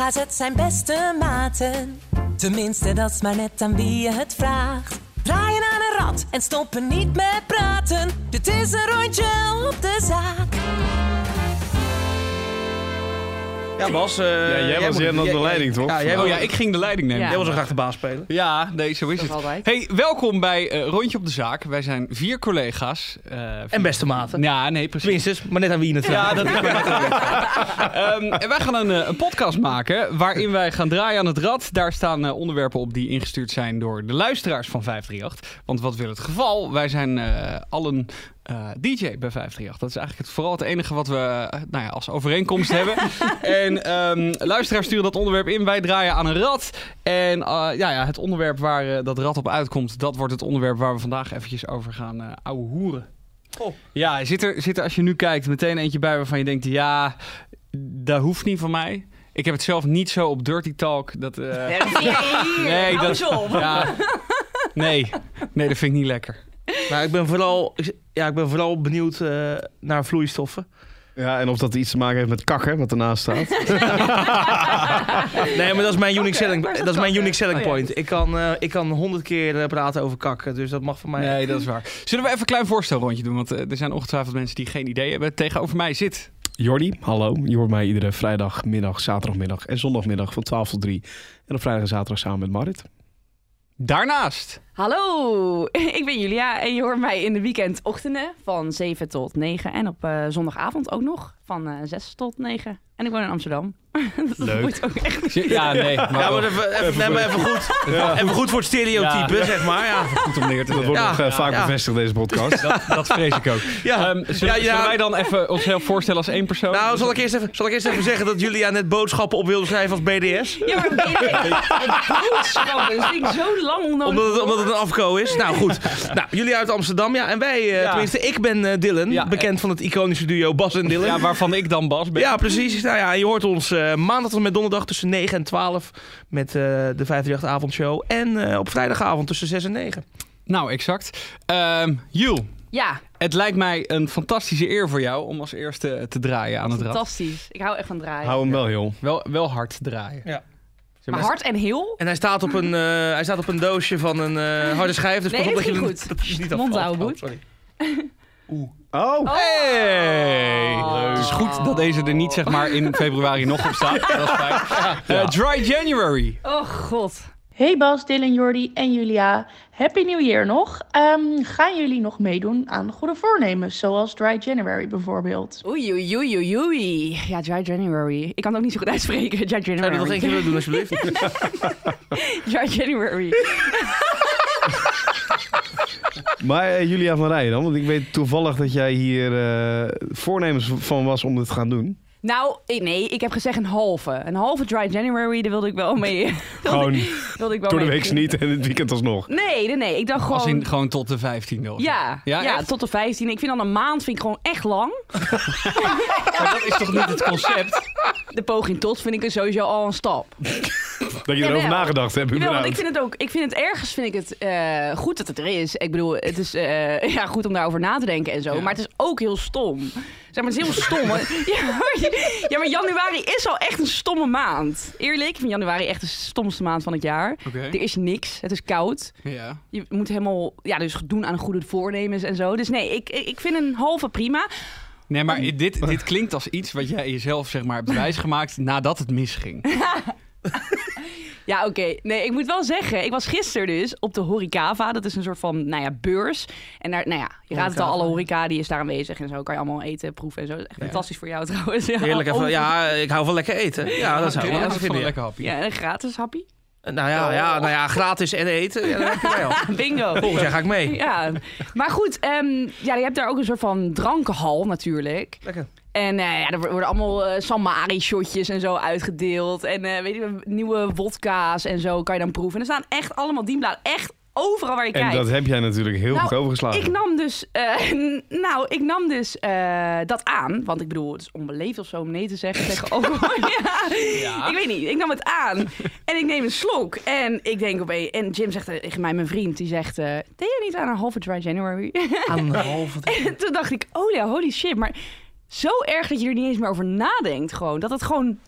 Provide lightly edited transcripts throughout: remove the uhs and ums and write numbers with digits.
collega's, het zijn beste maten. Tenminste, dat is maar net aan wie je het vraagt. Draaien aan een rad en stoppen niet met praten. Dit is een rondje op de zaak. Ja, Bas. jij was de leiding, toch? Ik ging de leiding nemen. Ja. Jij wil zo graag de baas spelen. Ja, nee, zo is het. Altijd. Hey, welkom bij Rondje op de Zaak. Wij zijn 4 collega's. En beste maten. Ja, nee, precies. Tenminste, maar net aan wie je het Ja, vraagt. dat is en wij gaan een podcast maken waarin wij gaan draaien aan het rad. Daar staan onderwerpen op die ingestuurd zijn door de luisteraars van 538. Want wat wil het geval? Wij zijn allen DJ bij 538. Dat is eigenlijk vooral het enige wat we als overeenkomst hebben. En luisteraars sturen dat onderwerp in. Wij draaien aan een rad. En het onderwerp waar dat rad op uitkomt, dat wordt het onderwerp waar we vandaag eventjes over gaan ouwe hoeren. Oh. Ja, zit er als je nu kijkt meteen eentje bij waarvan je denkt, ja, dat hoeft niet van mij. Ik heb het zelf niet zo op Dirty Talk. Nee, dat vind ik niet lekker. Nou, ik ben vooral benieuwd naar vloeistoffen. Ja, en of dat iets te maken heeft met kakken, wat ernaast staat. Nee, maar dat is mijn unique selling point. Ik kan 100 keer praten over kakken, dus dat mag van mij. Nee, dat is waar. Zullen we even een klein voorstelrondje doen? Want er zijn ongetwijfeld mensen die geen idee hebben. Tegenover mij zit Jordi, hallo. Je hoort mij iedere vrijdagmiddag, zaterdagmiddag en zondagmiddag van 12 tot 3. En op vrijdag en zaterdag samen met Marit. Daarnaast. Hallo, ik ben Julia en je hoort mij in de weekendochtenden van 7 tot 9. En op zondagavond ook nog van 6 tot 9. En ik woon in Amsterdam. Dat Leuk. moet ook echt. Ja, nee. Maar Even goed. Even goed voor het stereotype, Ja. zeg maar. Ja. goed om neer te Dat wordt nog vaak bevestigd, deze podcast. Dat vrees ik ook. Ja. Zullen wij dan even onszelf voorstellen als één persoon? Nou, zal ik eerst even zeggen dat Julia net boodschappen op wilde schrijven als BDS? Ja, maar boodschappen, dat vind ik zo lang onnodig. Omdat het een afko is. Nou, goed. Nou, jullie uit Amsterdam. Ja, en wij, tenminste, ik ben Dylan. Ja, bekend van het iconische duo Bas en Dylan. Ja, waarvan ik dan Bas ben. Ja, precies. Nou ja, je hoort ons maandag tot met donderdag tussen 9 en 12 met de 538-avondshow. En op vrijdagavond tussen 6 en 9. Nou, exact. Jul, Ja, het lijkt mij een fantastische eer voor jou om als eerste te draaien aan het rad. fantastisch. Ik hou echt van draaien. Hou hem wel, joh. Wel hard draaien. Ja. Maar hard en heel? En hij staat op een doosje van een harde schijf. Dus Nee, pas op dat je ging hem- goed. dat je niet Mond afvalt. houden, Oh, Boet. sorry. Oh! Hey! Het is goed dat deze er niet zeg maar in februari nog op staat. Dat is fijn. Dry January. Oh god. Hey Bas, Dylan, Jordi en Julia. Happy New Year nog. Gaan jullie nog meedoen aan goede voornemens, zoals Dry January bijvoorbeeld? Oei, oei, oei, oei, oei. Ja, Dry January. Ik kan het ook niet zo goed uitspreken. Dry Zou je dat nog January. één keer willen doen, alsjeblieft? Dry January. Maar Julia van Rijen dan, want ik weet toevallig dat jij hier voornemens van was om dit te gaan doen. Nou, ik heb gezegd een halve. Een halve Dry January, daar wilde ik wel mee. Gewoon wilde ik wel door de mee week niet en het weekend alsnog. Nee. Ik dacht gewoon... Als in gewoon tot de 15e of zo. Ja, echt? tot de 15. Ik vind dan een maand gewoon echt lang. Maar dat is toch niet het concept? De poging tot vind ik sowieso al een stap. Dat je erover nagedacht hebt, Jawel, want überhaupt. ik vind het ergens goed dat het er is. Ik bedoel, het is goed om daarover na te denken en zo. Ja. Maar het is ook heel stom. Zeg maar, het is heel stom. Maar januari is al echt een stomme maand. Eerlijk, ik vind januari echt de stomste maand van het jaar. Oké. Er is niks. Het is koud. Ja. Je moet helemaal dus doen aan goede voornemens en zo. Dus nee, ik vind een halve prima. Nee, maar dit klinkt als iets wat jij jezelf zeg maar hebt wijsgemaakt nadat het misging. Ja, oké. Nee, ik moet wel zeggen, ik was gisteren dus op de Horecava. Dat is een soort van, beurs. En daar, je raadt het al, alle horeca die is daar aanwezig en zo. Kan je allemaal eten, proeven en zo. Echt fantastisch voor jou trouwens. Ja, Heerlijk even. Ja, ik hou van lekker eten. Ja, dat zou ik wel dat lekker is wel vinden. lekker happy. Ja, en gratis happy. Nou ja, gratis en eten. Ja, dat heb je mij al. Bingo. Volgend jaar ga ik mee. Ja, maar goed. Je hebt daar ook een soort van drankenhal natuurlijk. Lekker. En er worden allemaal Samari-shotjes en zo uitgedeeld. En weet je, nieuwe wodka's en zo kan je dan proeven. En er staan echt allemaal dienbladen. Echt overal waar je En kijkt. dat heb jij natuurlijk heel goed overgeslagen. Ik nam dus dat aan. Want ik bedoel, het is onbeleefd of zo om nee te zeggen tegenover. Ik weet niet. Ik nam het aan. En ik neem een slok. En ik denk opeens... En Jim zegt tegen mij, mijn vriend, die zegt... deed je niet aan een halve Dry January? Aan een halve. En toen dacht ik, oh ja, holy shit. Maar zo erg dat je er niet eens meer over nadenkt gewoon. Dat het gewoon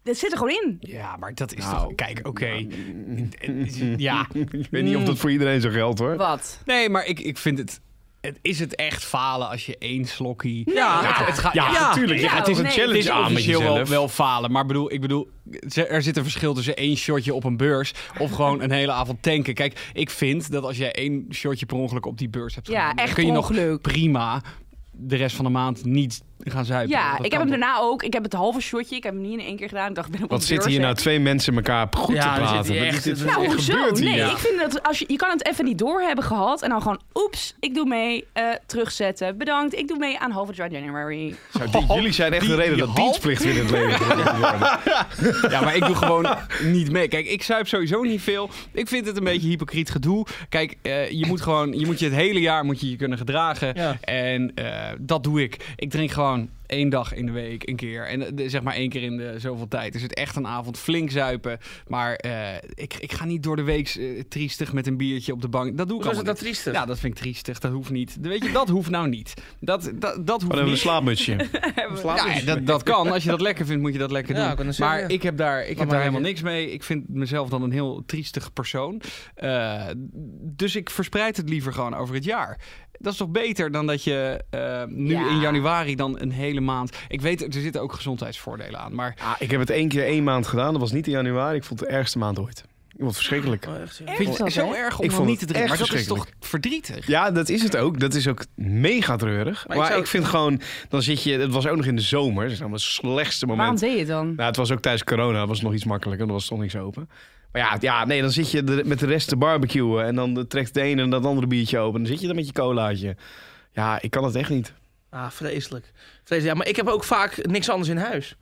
Dat zit er gewoon in. Ja, maar dat is Nou, toch... Kijk, oké. Ja. Ik weet niet of dat voor iedereen zo geldt, hoor. Wat? Nee, maar ik vind het... Is het echt falen als je 1 slokkie... Ja, het gaat... Ja, natuurlijk. Ja, het is een nee. challenge Het is aan met officieel jezelf. wel falen, maar ik bedoel, er zit een verschil tussen 1 shotje op een beurs of gewoon een hele avond tanken. Kijk, ik vind dat als jij 1 shotje per ongeluk op die beurs hebt gedaan, Ja, dan echt kun je nog ongeluk. prima de rest van de maand niet gaan zuipen. Ja, Dat ik kan heb hem toch? daarna ook. Ik heb het halve shotje. Ik heb hem niet in 1 keer gedaan. Ik dacht, ik ben op Wat een zitten hier beurs, nou 2 mensen elkaar goed Ja, te er praten? zit hier Wat is echt- dit Nou, voor Nou, hoezo? gebeurt hier? Nee, Ja. ik vind dat als je kan het even niet door hebben gehad en dan gewoon, oeps, ik doe mee, terugzetten. Bedankt, ik doe mee aan halve Dry January. Jullie zijn echt de reden dat dienstplicht weer in het leven geroepen moet worden. Ja, maar ik doe gewoon niet mee. Kijk, ik zuip sowieso niet veel. Ik vind het een beetje hypocriet gedoe. Kijk, je moet je het hele jaar moet je je kunnen gedragen. Ja. En dat doe ik. Ik drink gewoon 1 dag in de week een keer. En zeg maar 1 keer in de zoveel tijd. Is het echt een avond flink zuipen. Maar ik ga niet door de week triestig met een biertje op de bank. Dat doe ik Hoe is allemaal het dat niet. triestig? Ja, dat vind ik triestig. Dat hoeft niet. Weet je, dat hoeft nou niet. Dat hoeft Dan hebben we een niet. slaapmutsje. Ja, dat kan. Als je dat lekker vindt, moet je dat lekker Ja, doen. ik kan het zeggen, Maar ja. ik heb daar maar helemaal even. niks mee. Ik vind mezelf dan een heel triestig persoon. Dus ik verspreid het liever gewoon over het jaar. Dat is toch beter dan dat je nu Ja. in januari dan een hele maand... Ik weet, er zitten ook gezondheidsvoordelen aan. Maar Ik heb het 1 maand gedaan. Dat was niet in januari. Ik vond het de ergste maand ooit. Ik vond het verschrikkelijk. Oh, echt, ja. Echt? vind je dat, het zo hè? erg om Ik dan vond niet te het drinken? Maar echt dat is toch verschrikkelijk. verdrietig? Ja, dat is het ook. Dat is ook mega treurig. Maar Maar, ik zou- ik vind gewoon... Dan zit je... Het was ook nog in de zomer. Dat is nou mijn slechtste moment. Waarom deed je het dan? Nou, het was ook tijdens corona. Dat was nog iets makkelijker. Dan was toch niks open. Maar nee, dan zit je met de rest te barbecuen. En dan trekt de ene en dat andere biertje open. Dan zit je dan met je colaatje. Ja, ik kan het echt niet. Ah, vreselijk. Ja, maar ik heb ook vaak niks anders in huis.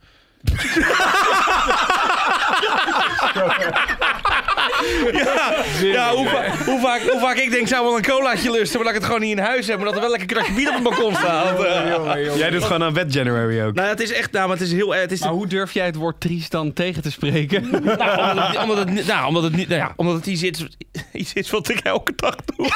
Ja, hoe vaak ik denk, zou wel een colaatje lusten, maar dat ik het gewoon niet in huis heb, maar dat er wel lekker een kratje bier op het balkon staat. Jij doet gewoon aan Wet January ook. Nou, het is echt, maar het is heel, het is Maar hoe durf jij het woord triest dan tegen te spreken? omdat het iets is wat ik elke dag doe.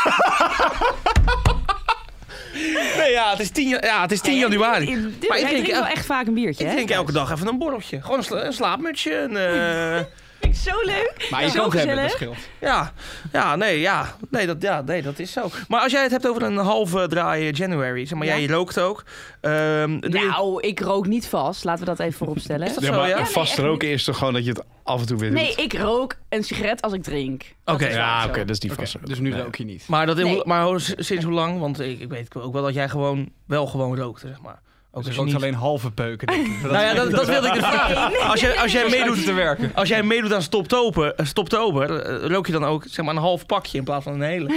Nee, ja, het is 10 januari. Maar ik drink drink wel echt vaak een biertje, Ik hè? drink elke dag even een borreltje. Gewoon een slaapmutsje. Zo leuk. Maar je Zo kan het hebben, dat gezellig. scheelt. Nee, dat is zo. Maar als jij het hebt over een halve draai January, zeg maar, Ja. jij rookt ook. Doe je- Nou, ik rook niet vast. Laten we dat even vooropstellen. Is dat Ja, zo, maar ja? vast Nee, roken is toch gewoon dat je het af en toe weer doet? Nee, ik rook een sigaret als ik drink. Oké. Ja, zo. oké, dat is niet Oké, vast roken. dus nu Nee. rook je niet. Maar, Nee. sinds hoe lang? Want ik weet ook wel dat jij gewoon rookte, zeg maar. Ook Dus als je je rookt niet... alleen halve peuken, denk ik. Nou ja, dat wilde ik dus vragen. Als jij meedoet te werken. Als jij meedoet aan Stoptober, rook je dan ook zeg maar een half pakje in plaats van een hele?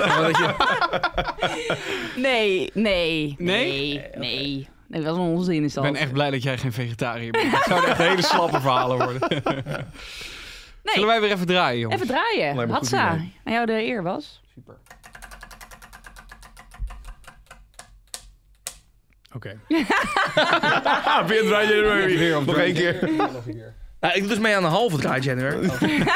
Nee, wat een onzin is Ik dat. ben echt blij dat jij geen vegetariër bent. Het zouden echt hele slappe verhalen worden. Nee, Zullen wij weer even draaien, jongens? even draaien. Lijkt me een goed Hatsa, idee. aan jou de eer was. Super. Oké. Weer Dry January. Weer op Nog Dry 1 keer. Nou, ik doe dus mee aan een halve draai January.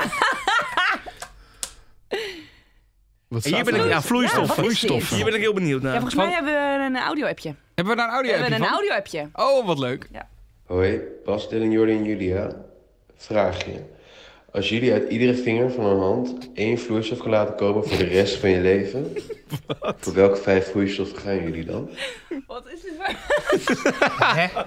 Wat En hier ben ik, ja, vloeistof. Ja, wat is dit? Hier ben ik heel benieuwd Ja, naar. volgens mij hebben we een audio-appje. Hebben we daar een We hebben audio-appje een van? audio-appje. Oh, wat leuk. Hoi, Bas, Dylan, Jordi en Julia. Vraagje. Als jullie uit iedere vinger van een hand 1 vloeistof gaan laten komen voor de rest van je leven, voor welke 5 vloeistoffen gaan jullie dan? Wat is dit voor...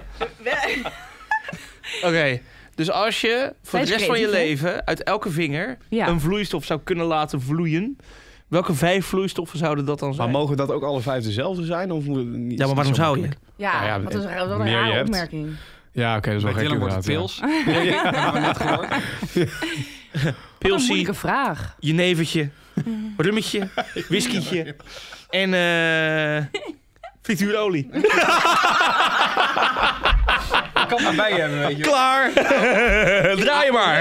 Oké, dus als je voor de Zijn rest van je creatief, hè? leven uit elke vinger Ja. een vloeistof zou kunnen laten vloeien, welke 5 vloeistoffen zouden dat dan zijn? Maar mogen dat ook alle 5 dezelfde zijn? Of moet het niet, Ja, maar waarom zo zou je? makkelijk? Ja, Nou ja, wat is wat een meer je rare hebt. opmerking. Ja, oké, dat is wel Bij gek Dylan wordt het inderdaad, ja. pils. Hebben we net gehoord. Wat een Pilsie, moeilijke vraag. jenevertje, rummetje, whiskietje en frituurolie. Ik kan maar bij je hebben, weet je. Klaar! Draai je maar!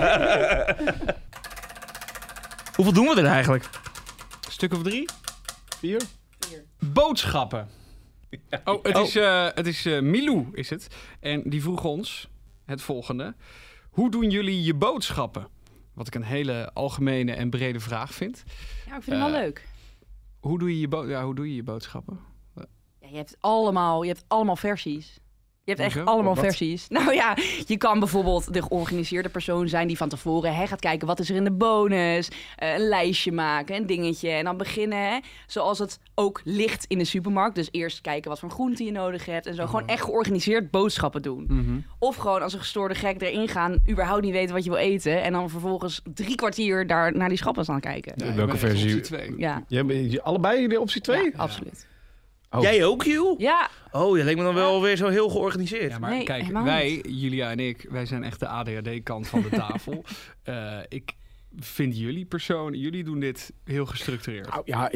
Hoeveel doen we er eigenlijk? Een stuk of 3? 4? Boodschappen. Oh, het is Milou, is het. En die vroeg ons het volgende. Hoe doen jullie je boodschappen? Wat ik een hele algemene en brede vraag vind. Ja, ik vind hem wel leuk. Hoe doe je je boodschappen? Ja, je hebt allemaal versies. Je hebt echt Hoezo? allemaal Wat? versies. Nou ja, je kan bijvoorbeeld de georganiseerde persoon zijn die van tevoren gaat kijken wat is er in de bonus. Een lijstje maken, een dingetje. En dan beginnen zoals het ook ligt in de supermarkt. Dus eerst kijken wat voor groenten je nodig hebt. En zo gewoon echt georganiseerd boodschappen doen. Of gewoon als een gestoorde gek erin gaan, überhaupt niet weten wat je wil eten. En dan vervolgens 3 kwartier daar naar die schappen staan kijken. Nee, Welke ik ben echt versie? optie 2. Ja, Allebei de optie 2? ja, absoluut. Oh. Jij ook, Jules? Ja, Oh, je leek me dan wel weer zo heel georganiseerd. Ja, maar Nee, kijk, helemaal wij, Julia en ik, wij zijn echt de ADHD-kant van de tafel. Ik vind jullie doen dit heel gestructureerd. Nou, ja,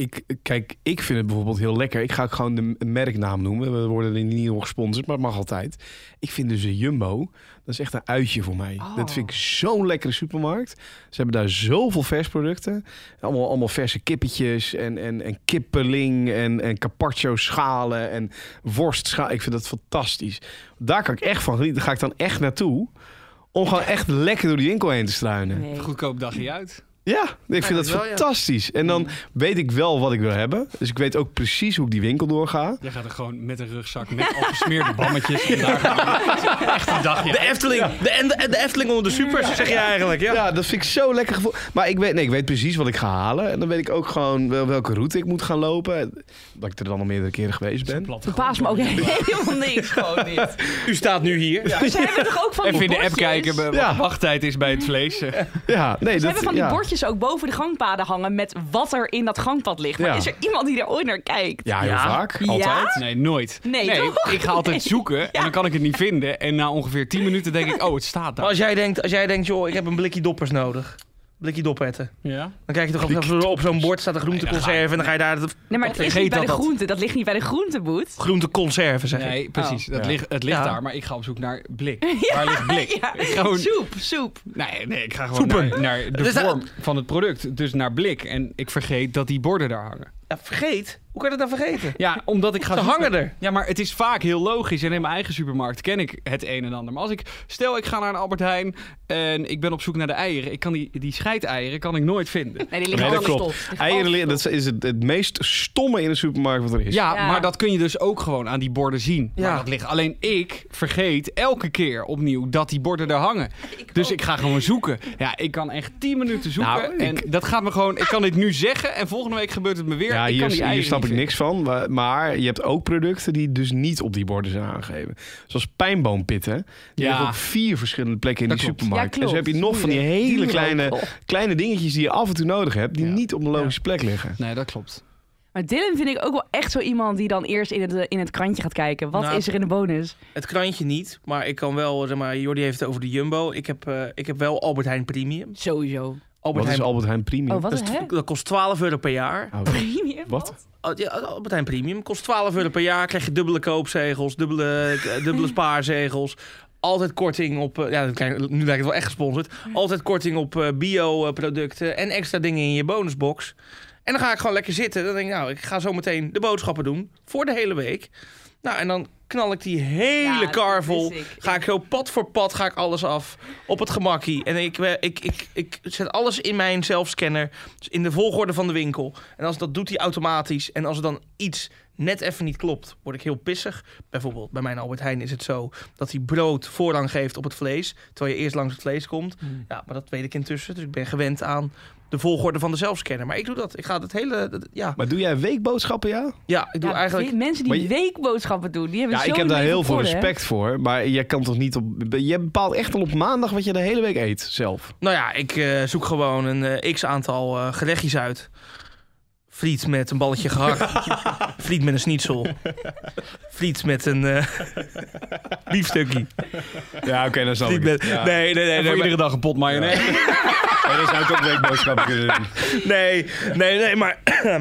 ik vind het bijvoorbeeld heel lekker. Ik ga ook gewoon de merknaam noemen. We worden er niet door gesponsord, maar het mag altijd. Ik vind dus de Jumbo, dat is echt een uitje voor mij. Oh. Dat vind ik zo'n lekkere supermarkt. Ze hebben daar zoveel versproducten. Allemaal verse kippetjes en kippeling en carpaccio schalen en worstschalen. Ik vind dat fantastisch. Daar kan ik echt van genieten. Daar ga ik dan echt naartoe. Om gewoon echt lekker door die winkel heen te struinen. nee. Goedkoop dagje uit. Ja, ik vind dat dat wel, ja. fantastisch. En dan weet ik wel wat ik wil hebben. Dus ik weet ook precies hoe ik die winkel doorga. Jij gaat er gewoon met een rugzak met al gesmeerde bammetjes. En daar echt een dagje De uit. Efteling. De Efteling onder de supers, zeg je eigenlijk. Ja. Ja, dat vind ik zo lekker gevoel. Maar ik weet precies wat ik ga halen. En dan weet ik ook gewoon welke route ik moet gaan lopen. Dat ik er dan al meerdere keren geweest ben. Verbaast me ook helemaal niks. Gewoon niet. U staat nu hier. Ze hebben toch ook van die Even in de app bordjes? kijken wat Ja. de wachttijd is bij het vlees. Ja, nee, Ze hebben van die ja. bordjes ook boven de gangpaden hangen met wat er in dat gangpad ligt. Maar Ja. is er iemand die er ooit naar kijkt? Ja, heel Ja. vaak. Ja? Altijd. Nee, nooit. Nee, toch? Ik ga altijd zoeken en dan kan ik het niet vinden. En na ongeveer 10 minuten denk ik, oh, het staat Maar daar. als jij denkt, joh, ik heb een blikje doppers nodig. Blikje doppetten. Ja? Dan kijk je toch op zo'n bord staat een groenteconserve en dan ga je daar de Nee, maar het is Vergeet niet bij de dat. groente. Dat ligt niet bij de groenteboet. groenteconserve, zeg ik. Nee, precies. Oh. Het ligt Ja. daar, maar ik ga op zoek naar blik. Waar ligt blik? Ja. Ik ga gewoon... Soep. Nee, ik ga gewoon naar de Dus dat- vorm van het product. Dus naar blik. En ik vergeet dat die borden daar hangen. Ja, vergeet? Hoe kan je dat nou vergeten? Ja, omdat ik ga Ze zoeken. hangen er. Ja, maar het is vaak heel logisch. En in mijn eigen supermarkt ken ik het een en ander. Maar als ik ga naar een Albert Heijn en ik ben op zoek naar de eieren. Ik kan die scheideieren kan ik nooit vinden. Nee, die liggen Nee, dat altijd klopt. stop. Die liggen Eieren, altijd dat stop. is het meest stomme in een supermarkt wat er is. Ja, Ja. maar dat kun je dus ook gewoon aan die borden zien. Ja. Maar dat ligt. Alleen ik vergeet elke keer opnieuw dat die borden daar hangen. Dus ik ga gewoon zoeken. Ja, ik kan echt 10 minuten zoeken. Nou, en dat gaat me gewoon... Ik kan dit nu zeggen en volgende week gebeurt het me weer. Ja, ik kan die hier eieren snap niet ik niks van. Maar je hebt ook producten die dus niet op die borden zijn aangegeven. Zoals pijnboompitten. Die Ja. liggen op 4 verschillende plekken in Dat die klopt. supermarkt. Ja, En zo heb je klopt. nog van die Tuurlijk. hele Tuurlijk. kleine dingetjes die je af en toe nodig hebt. Die Ja. niet op de logische plek liggen. Nee, dat klopt. Maar Dylan vind ik ook wel echt zo iemand die dan eerst in het krantje gaat kijken. Wat Nou, is er in de bonus? Het krantje niet, maar ik kan wel, zeg maar, Jordi heeft het over de Jumbo. Ik heb wel Albert Heijn Premium. Sowieso. Albert Wat is Heijn, Albert Heijn Premium? Oh, wat dat, is is- het? dat kost €12 per jaar. Oh, Premium? wat? Oh, ja, Albert Heijn Premium kost €12 per jaar. Krijg je dubbele koopzegels, dubbele spaarzegels. Altijd korting op... nu lijkt het wel echt gesponsord. Altijd korting op bio-producten en extra dingen in je bonusbox. En dan ga ik gewoon lekker zitten. Dan denk ik, nou, ik ga zo meteen de boodschappen doen voor de hele week. Nou, en dan knal ik die hele Ja, kar dat vol. wist ik. Ga ik zo pad voor pad ga ik alles af op het gemakkie. En ik zet alles in mijn zelfscanner. Dus in de volgorde van de winkel. En als dat doet hij automatisch. En als er dan iets net even niet klopt, word ik heel pissig. Bijvoorbeeld bij mijn Albert Heijn is het zo dat hij brood voorrang geeft op het vlees. Terwijl je eerst langs het vlees komt. Ja, maar dat weet ik intussen. Dus ik ben gewend aan de volgorde van de zelfscanner. Maar ik doe dat. Ik ga het hele... Ja, Maar doe jij weekboodschappen, ja? ja ik doe Ja, eigenlijk... mensen Maar die je- weekboodschappen doen, die hebben Ja, zo ik heb een daar leven heel op veel orde, hè? respect voor. Maar jij kan toch niet op... Je bepaalt echt al op maandag wat je de hele week eet zelf. Nou ja, ik zoek gewoon een x-aantal gerechtjes uit. Friet met een balletje gehakt. Friet met een schnitzel. Friet met een biefstukje. Ja, oké, dan snap Friet ik met... het. Ja. Nee, En voor iedere dag een pot mayonaise. Ja, dan zou ik ook weekboodschappen kunnen doen. Nee, maar...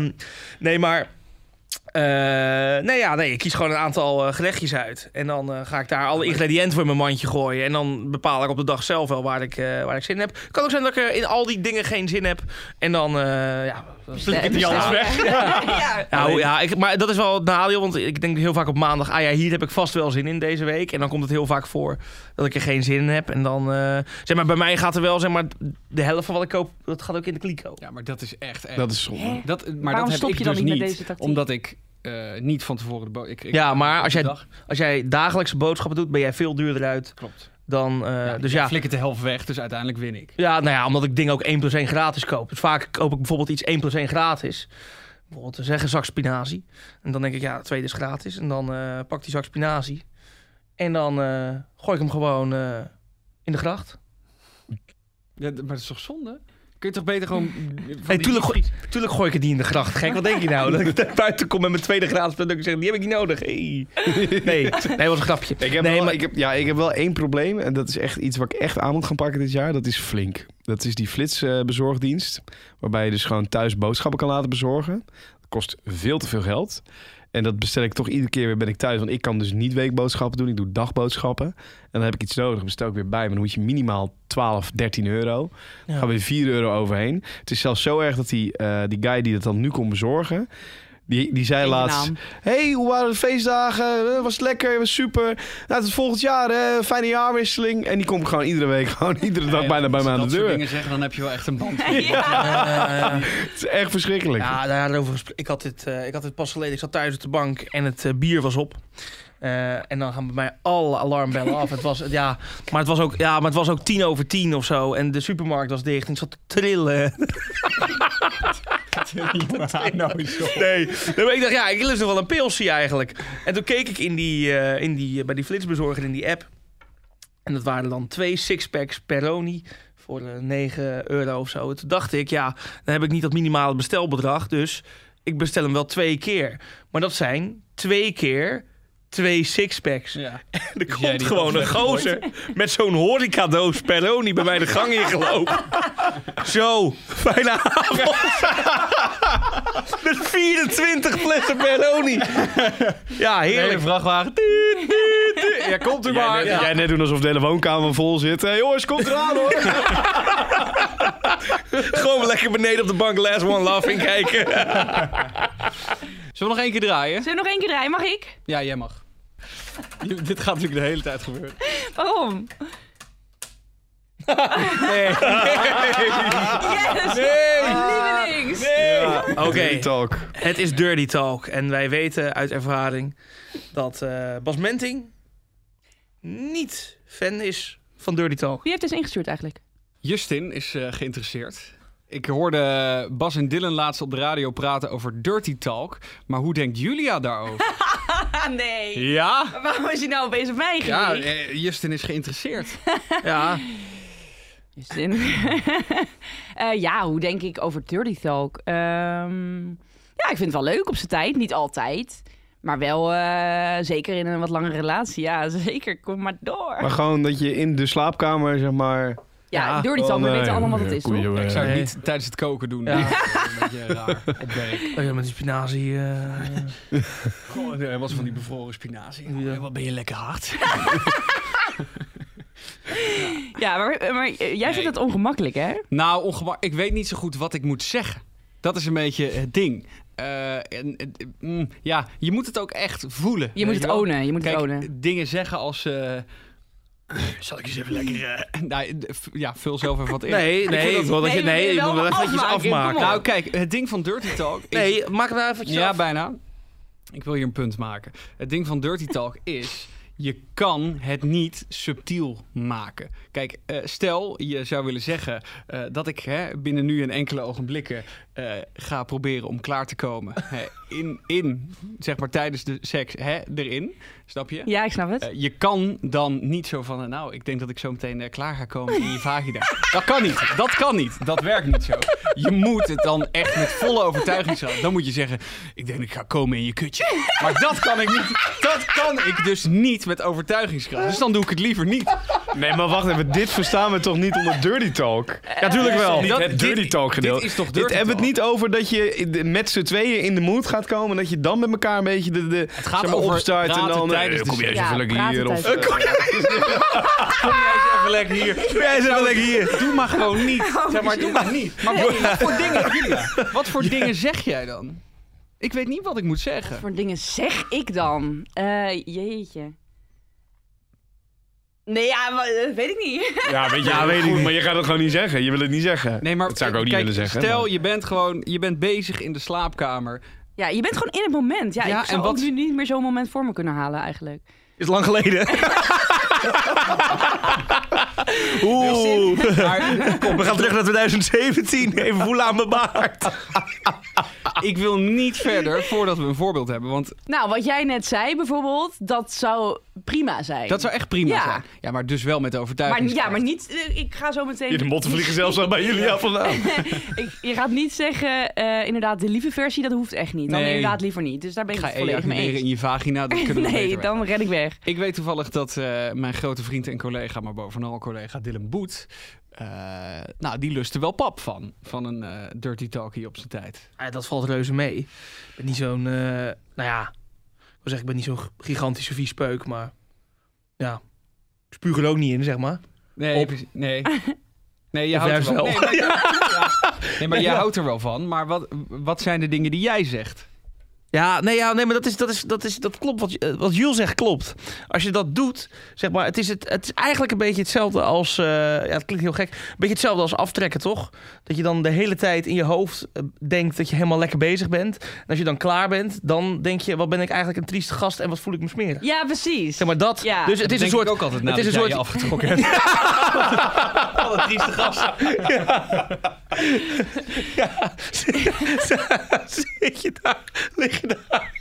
Nee, ik kies gewoon een aantal gerechtjes uit. En dan ga ik daar alle ingrediënten voor in mijn mandje gooien. En dan bepaal ik op de dag zelf wel waar ik zin in heb. Het kan ook zijn dat ik in al die dingen geen zin heb. En dan, Flikkert die alles weg. Ja. nou ja, maar dat is wel het nadeel. Want ik denk heel vaak op maandag, hier heb ik vast wel zin in deze week. En dan komt het heel vaak voor dat ik er geen zin in heb. En dan, zeg maar, bij mij gaat er wel, zeg maar, de helft van wat ik koop, dat gaat ook in de kliko. Ja, maar dat is echt... Dat is zonde. Hè? Maar Waarom dat stop heb je ik dan dus niet met niet, deze tactiek? omdat ik niet van tevoren de Ja, maar als jij dagelijkse boodschappen doet, ben jij veel duurder uit. Klopt. Dan, dus je flikkert de helft weg, dus uiteindelijk win ik. Ja, nou ja, omdat ik dingen ook 1 + 1 gratis koop. Dus vaak koop ik bijvoorbeeld iets 1 + 1 gratis. Bijvoorbeeld een zak spinazie. En dan denk ik, het tweede is gratis. En dan pak ik die zak spinazie. En dan gooi ik hem gewoon in de gracht. Ja, maar dat is toch zonde? Kun je toch beter gewoon... Tuurlijk gooi ik het niet in de gracht. Gek, wat denk je nou? Dat ik daar buiten kom met mijn tweede gratis product en zeg, die heb ik niet nodig. Hey. Nee, dat was een grapje. Ik heb wel 1 probleem. En dat is echt iets wat ik echt aan moet gaan pakken dit jaar. Dat is Flink. Dat is die flitsbezorgdienst. Waarbij je dus gewoon thuis boodschappen kan laten bezorgen. Dat kost veel te veel geld. En dat bestel ik toch iedere keer weer ben ik thuis. Want ik kan dus niet weekboodschappen doen. Ik doe dagboodschappen. En dan heb ik iets nodig. Bestel ik weer bij. Maar dan moet je minimaal 12, 13 euro. Dan gaan we weer 4 euro overheen. Het is zelfs zo erg dat die guy die het dan nu kon bezorgen... Die zei laatst... Hey, hoe waren de feestdagen? Was het lekker? Was super. Nou, tot volgend jaar. Hè? Fijne jaarwisseling. En die komt gewoon iedere week, iedere dag bijna bij me aan de deur. Als je dat dingen zeggen, dan heb je wel echt een band. Het is echt verschrikkelijk. Ja, daarover ik had dit pas geleden. Ik zat thuis op de bank en het bier was op. En dan gaan bij mij alle alarmbellen af. Het was ook 10:10 of zo. En de supermarkt was dicht. En ik zat te trillen. Nee. Maar ik dacht, ik lust nog wel een pilsie eigenlijk. En toen keek ik bij die flitsbezorger in die app. En dat waren dan 2 sixpacks Peroni voor 9 euro of zo. En toen dacht ik, dan heb ik niet dat minimale bestelbedrag. Dus ik bestel hem wel 2 keer. Maar dat zijn 2 keer 2 sixpacks. Ja. En er dus komt gewoon een gozer met zo'n horecadoos Peroni bij mij de gang ingelopen. Zo, fijne avond. Met 24 flessen Peroni. Ja, heerlijk. Hele vrachtwagen. Ja, komt u maar. Jij net doen alsof de hele woonkamer vol zit. Hey, jongens, komt eraan hoor. Gewoon lekker beneden op de bank Last One Laughing kijken. Zullen we nog 1 keer draaien? Zullen we nog 1 keer draaien? Mag ik? Ja, jij mag. Dit gaat natuurlijk de hele tijd gebeuren. Waarom? Nee. Yes! Nee! Lievelings! Nee! Ja, Oké. Dirty Talk. Het is Dirty Talk. En wij weten uit ervaring dat Bas Menting niet fan is van Dirty Talk. Wie heeft dus ingestuurd eigenlijk? Justin is geïnteresseerd. Ik hoorde Bas en Dylan laatst op de radio praten over Dirty Talk. Maar hoe denkt Julia daarover? Nee. Ja? Waarom is hij nou opeens op mij gericht? Ja, Justin is geïnteresseerd. Ja. Justin. Hoe denk ik over Dirty Talk? Ik vind het wel leuk op zijn tijd. Niet altijd. Maar wel zeker in een wat langere relatie. Ja, zeker. Kom maar door. Maar gewoon dat je in de slaapkamer, zeg maar... Ja, Dirty Talk, we weten allemaal wat het is, toch? Ik zou het niet tijdens het koken doen. Ja. Een beetje raar op werk. Met die spinazie. Goh, wat van die bevroren spinazie. Wat ben je lekker hard. Ja, maar jij vindt het ongemakkelijk, hè? Nou, ik weet niet zo goed wat ik moet zeggen. Dat is een beetje het ding. Je moet het ook echt voelen. Je moet het ownen. Kijk, dingen zeggen als... zal ik eens even lekker... vul zelf even wat in. Nee, je moet wel eventjes afmaken. Nou, kijk, het ding van Dirty Talk... Nee, maak het nou eventjes af. Ja, bijna. Ik wil hier een punt maken. Het ding van Dirty Talk is... Je kan het niet subtiel maken. Kijk, stel je zou willen zeggen dat ik binnen nu en enkele ogenblikken ga proberen om klaar te komen. Zeg maar tijdens de seks erin. Snap je? Ja, ik snap het. Je kan dan niet zo van, ik denk dat ik zo meteen klaar ga komen in je vagina. Dat kan niet. Dat werkt niet zo. Je moet het dan echt met volle overtuiging zeggen. Dan moet je zeggen, ik denk dat ik ga komen in je kutje. Maar dat kan ik niet. Dat kan ik dus niet met overtuigingskracht. Dus dan doe ik het liever niet. Nee, maar wacht even. Dit verstaan we toch niet onder Dirty Talk? Ja, tuurlijk wel. Niet het Dirty Talk gedeelte. Dit is toch Dirty Dit hebben we het niet over dat je met z'n tweeën in de mood gaat komen. En dat je dan met elkaar een beetje het gaat over opstart. En dan kom jij eens even lekker hier. Of kom jij eens even lekker hier. Kom jij eens even lekker hier. Doe maar gewoon niet. Zeg maar, doe maar niet. Maar wat voor dingen zeg jij dan? Ik weet niet wat ik moet zeggen. Wat voor dingen zeg ik dan? Jeetje. Nee, dat weet ik niet. Ja, weet ik niet. Maar je gaat het gewoon niet zeggen. Je wil het niet zeggen. Nee, maar dat zou ik ook niet willen zeggen. Stel, je bent bezig in de slaapkamer. Ja, je bent gewoon in het moment. Ja, Ja, ik zou en ook nu niet meer zo'n moment voor me kunnen halen eigenlijk. Is lang geleden. Oeh. Kom, we gaan terug naar 2017. Even voelen aan mijn baard. Ik wil niet verder voordat we een voorbeeld hebben. Want Nou, wat jij net zei bijvoorbeeld, dat zou prima zijn. dat zou echt prima Ja. zijn. Ja, maar dus wel met overtuiging. maar niet... ik ga zo meteen... De motten vliegen zelfs al bij Julia vandaan. Je gaat niet zeggen, inderdaad, de lieve versie, dat hoeft echt niet. Dan Nee. inderdaad liever niet. Dus daar ben ik Ga het volledig mee ejaculeren eens. in je vagina, dat kunnen we Nee, beter weg. dan ren ik weg. Ik weet toevallig dat mijn grote vriend en collega, maar bovenal collega Dylan Boet... die lustte wel pap van een dirty talkie op zijn tijd. Ja, dat valt reuze mee. Ik ben niet zo'n... ik ben niet zo'n gigantische viespeuk, maar... Ja, ik spuug er ook niet in, zeg maar. Nee, Op. nee. Nee, je Of houdt er juist wel. wel. Nee, maar jij houdt er wel van. Maar wat zijn de dingen die jij zegt? Nee, maar dat klopt. Wat Jules zegt klopt. Als je dat doet, zeg maar, het is eigenlijk een beetje hetzelfde als... het klinkt heel gek. Een beetje hetzelfde als aftrekken, toch? Dat je dan de hele tijd in je hoofd denkt dat je helemaal lekker bezig bent. En als je dan klaar bent, dan denk je... Wat ben ik eigenlijk een trieste gast en wat voel ik me smerig? Ja, precies. Zeg maar dat. Ja. Dus het is een soort... ook altijd het is een soort je afgetrokken hebt. Alle trieste gasten. Ja. Zit je daar, lig je daar.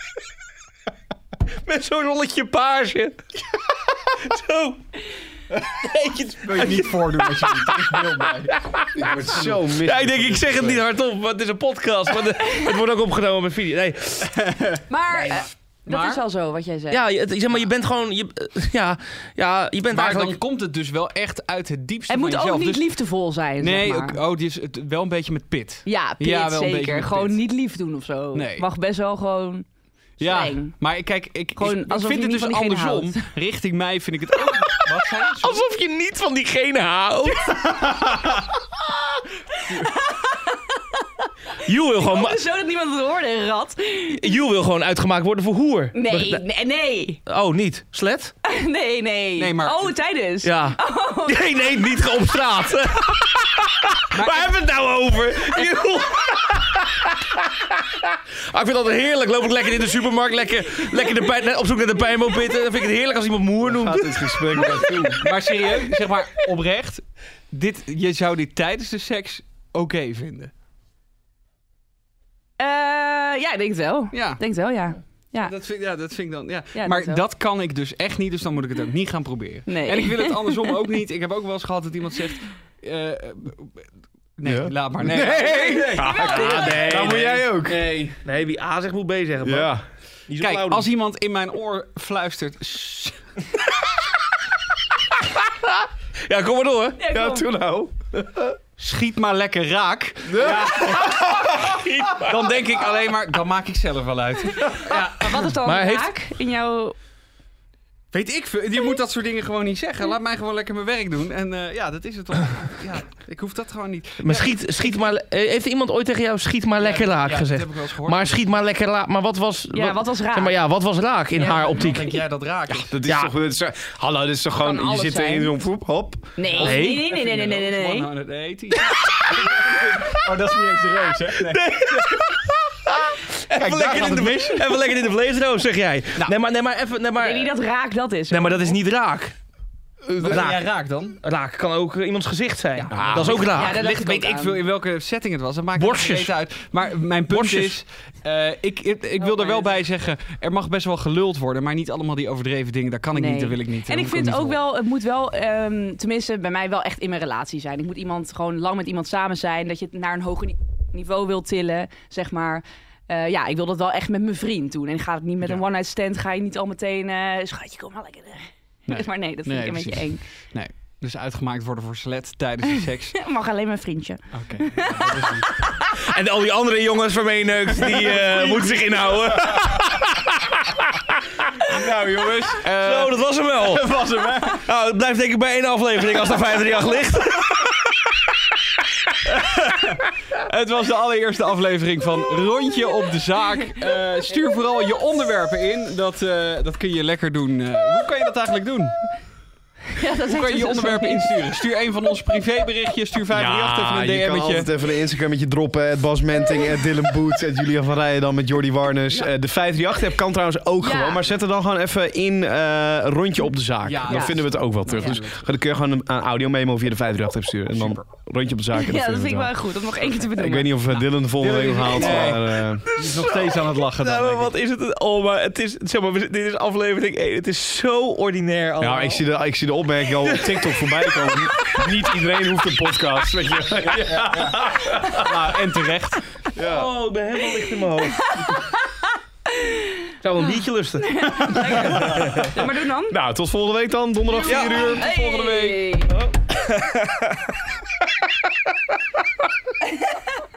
Met zo'n rolletje paarse. Zo. Wil je niet voordoen als je niet terug wil bij. Ik word zo mis. Ja, ik zeg het niet hardop, want het is een podcast. Maar het wordt ook opgenomen met video. Nee. Maar dat Maar? is wel zo, wat jij zegt. Ja, zeg maar, je bent gewoon... Je bent Maar eigenlijk... dan komt het dus wel echt uit het diepste Het van moet jezelf. ook niet Dus- liefdevol zijn, Nee, zeg maar. die is wel een beetje met pit. Ja, Pit, Ja, wel een beetje zeker. met Gewoon pit. niet lief doen of zo. Nee. Mag best wel gewoon Ja, streng. maar kijk, ik Gewoon alsof vind je het niet dus van diegene andersom. Richting mij vind ik het ook... Wat zei je? Sorry. Alsof je niet van diegene houdt. Jules wil gewoon... Zo dat niemand het hoorde, rat. Jules wil gewoon uitgemaakt worden voor hoer. Nee. Oh, niet? Slet? Nee. Nee, maar- Oh, tijdens. Ja. Nee, niet op straat. Waar hebben we het nou over? Jules. Ik vind het altijd heerlijk. Loop ik lekker in de supermarkt, lekker op zoek naar de pijnboompitten. Dan vind ik het heerlijk als iemand moer noemt. Gaat dit gesprek naartoe? Maar serieus, zeg maar oprecht. Je zou dit tijdens de seks oké vinden. Ja, ik denk het wel. Ja. Ik denk het wel, ja. Ja. Dat vind ik dan, ja. Ja, maar dat wel. dat kan ik dus echt niet, dus dan moet ik het ook niet gaan proberen. Nee. En ik wil het andersom ook niet. Ik heb ook wel eens gehad dat iemand zegt... nee, Ja? laat maar. Nee. Nee, Nou moet jij ook. Nee, wie A zegt moet B zeggen. Man. Ja. Niet zo Kijk, flauw doen. als iemand in mijn oor fluistert... Ja, kom maar door. Ja, kom. toen nou. Schiet maar lekker raak. Ja. Dan denk ik alleen maar... Dan maak ik zelf wel uit. Maar wat is dan Maar heeft- raak in jouw... Weet ik veel. Je moet dat soort dingen gewoon niet zeggen. Laat mij gewoon lekker mijn werk doen. En dat is het toch. Ja, ik hoef dat gewoon niet. Maar schiet maar... Heeft iemand ooit tegen jou schiet maar lekker raak Ja, gezegd? dat heb ik wel eens gehoord. Maar schiet maar lekker raak. Maar wat was... Ja, wat was raak? Zeg maar, ja, wat was raak in Ja, haar Wat optiek? denk jij dat raak is? Dat is Ja. toch... Dat is, hallo, dit is toch Kan gewoon... Je alles zit zijn. in zo'n voep, hop. Nee. Nee. 180. Oh, dat is niet eens de reus, hè? Nee. Even lekker in de vleesroos, zeg jij. Nee, maar even... Nee, Ik denk niet dat raak dat is. Nee, maar dat is niet raak. Wat ben jij raak dan? Raak kan ook iemands gezicht zijn. Ja, dat is ook raak. Ja, dat Ligt, dacht weet ook ik aan. veel in welke setting het was. Dat maakt Borstjes. niet uit. Maar mijn punt Borstjes. is... ik wil er wel bij zeggen... Er mag best wel geluld worden. Maar niet allemaal die overdreven dingen. Dat kan ik Nee. niet, dat wil ik niet. En dat ik moet vind niet ook voor. wel, het moet wel, tenminste bij mij wel echt in mijn relatie zijn. Ik moet iemand gewoon lang met iemand samen zijn. Dat je het naar een hoger niveau wilt tillen, zeg maar. Ik wil dat wel echt met mijn vriend doen. En ga het niet met een one-night stand. Ga je niet al meteen, schatje, kom maar lekker. Nee. Maar nee, dat vind ik een beetje precies. eng. Nee. Dus uitgemaakt worden voor slet tijdens de seks. Mag alleen mijn vriendje. Oké. Ja, dat is niet. En al die andere jongens waarmee je neukt, die moeten zich inhouden. Nou jongens. Zo, dat was hem wel. Dat was hem, hè? Nou, het blijft denk ik bij één aflevering als er 538 ligt. Het was de allereerste aflevering van Rondje op de Zaak. Stuur vooral je onderwerpen in. Dat kun je lekker doen. Hoe kan je dat eigenlijk doen? Hoe kan je je onderwerpen insturen? Stuur een van onze privéberichtjes. Stuur 538 even een je kan DM'tje. altijd even een Instagrammetje droppen. @Bas Menting, @Dylan Boet, @Julia van Rijen dan met Jordi Warnes. De 538-app kan trouwens ook gewoon. Maar zet er dan gewoon even in rondje op de zaak. Dan vinden we het ook wel terug. Dus dan kun je gewoon een audio-memo via de 538-app sturen. En dan rondje op de zaak. Ja, dat vind ik wel goed. Om nog één keer te bedoelen. Ik weet niet of Dylan de volgende week nog haalt. Maar Die is nog steeds aan het lachen. Nou, maar wat is het? Oh, maar het is, zeg maar, dit is aflevering 1. Het is zo ordinair allemaal. Ja, ik zie de opmerking al op TikTok voorbij komen. Niet iedereen hoeft een podcast, weet je. Nou, en terecht. Ja. Oh, ik ben helemaal licht in mijn hoofd. Ik zou wel een biertje lusten. Ja, maar doe dan. Nou, tot volgende week dan. Donderdag 4 uur. Hey. Volgende week.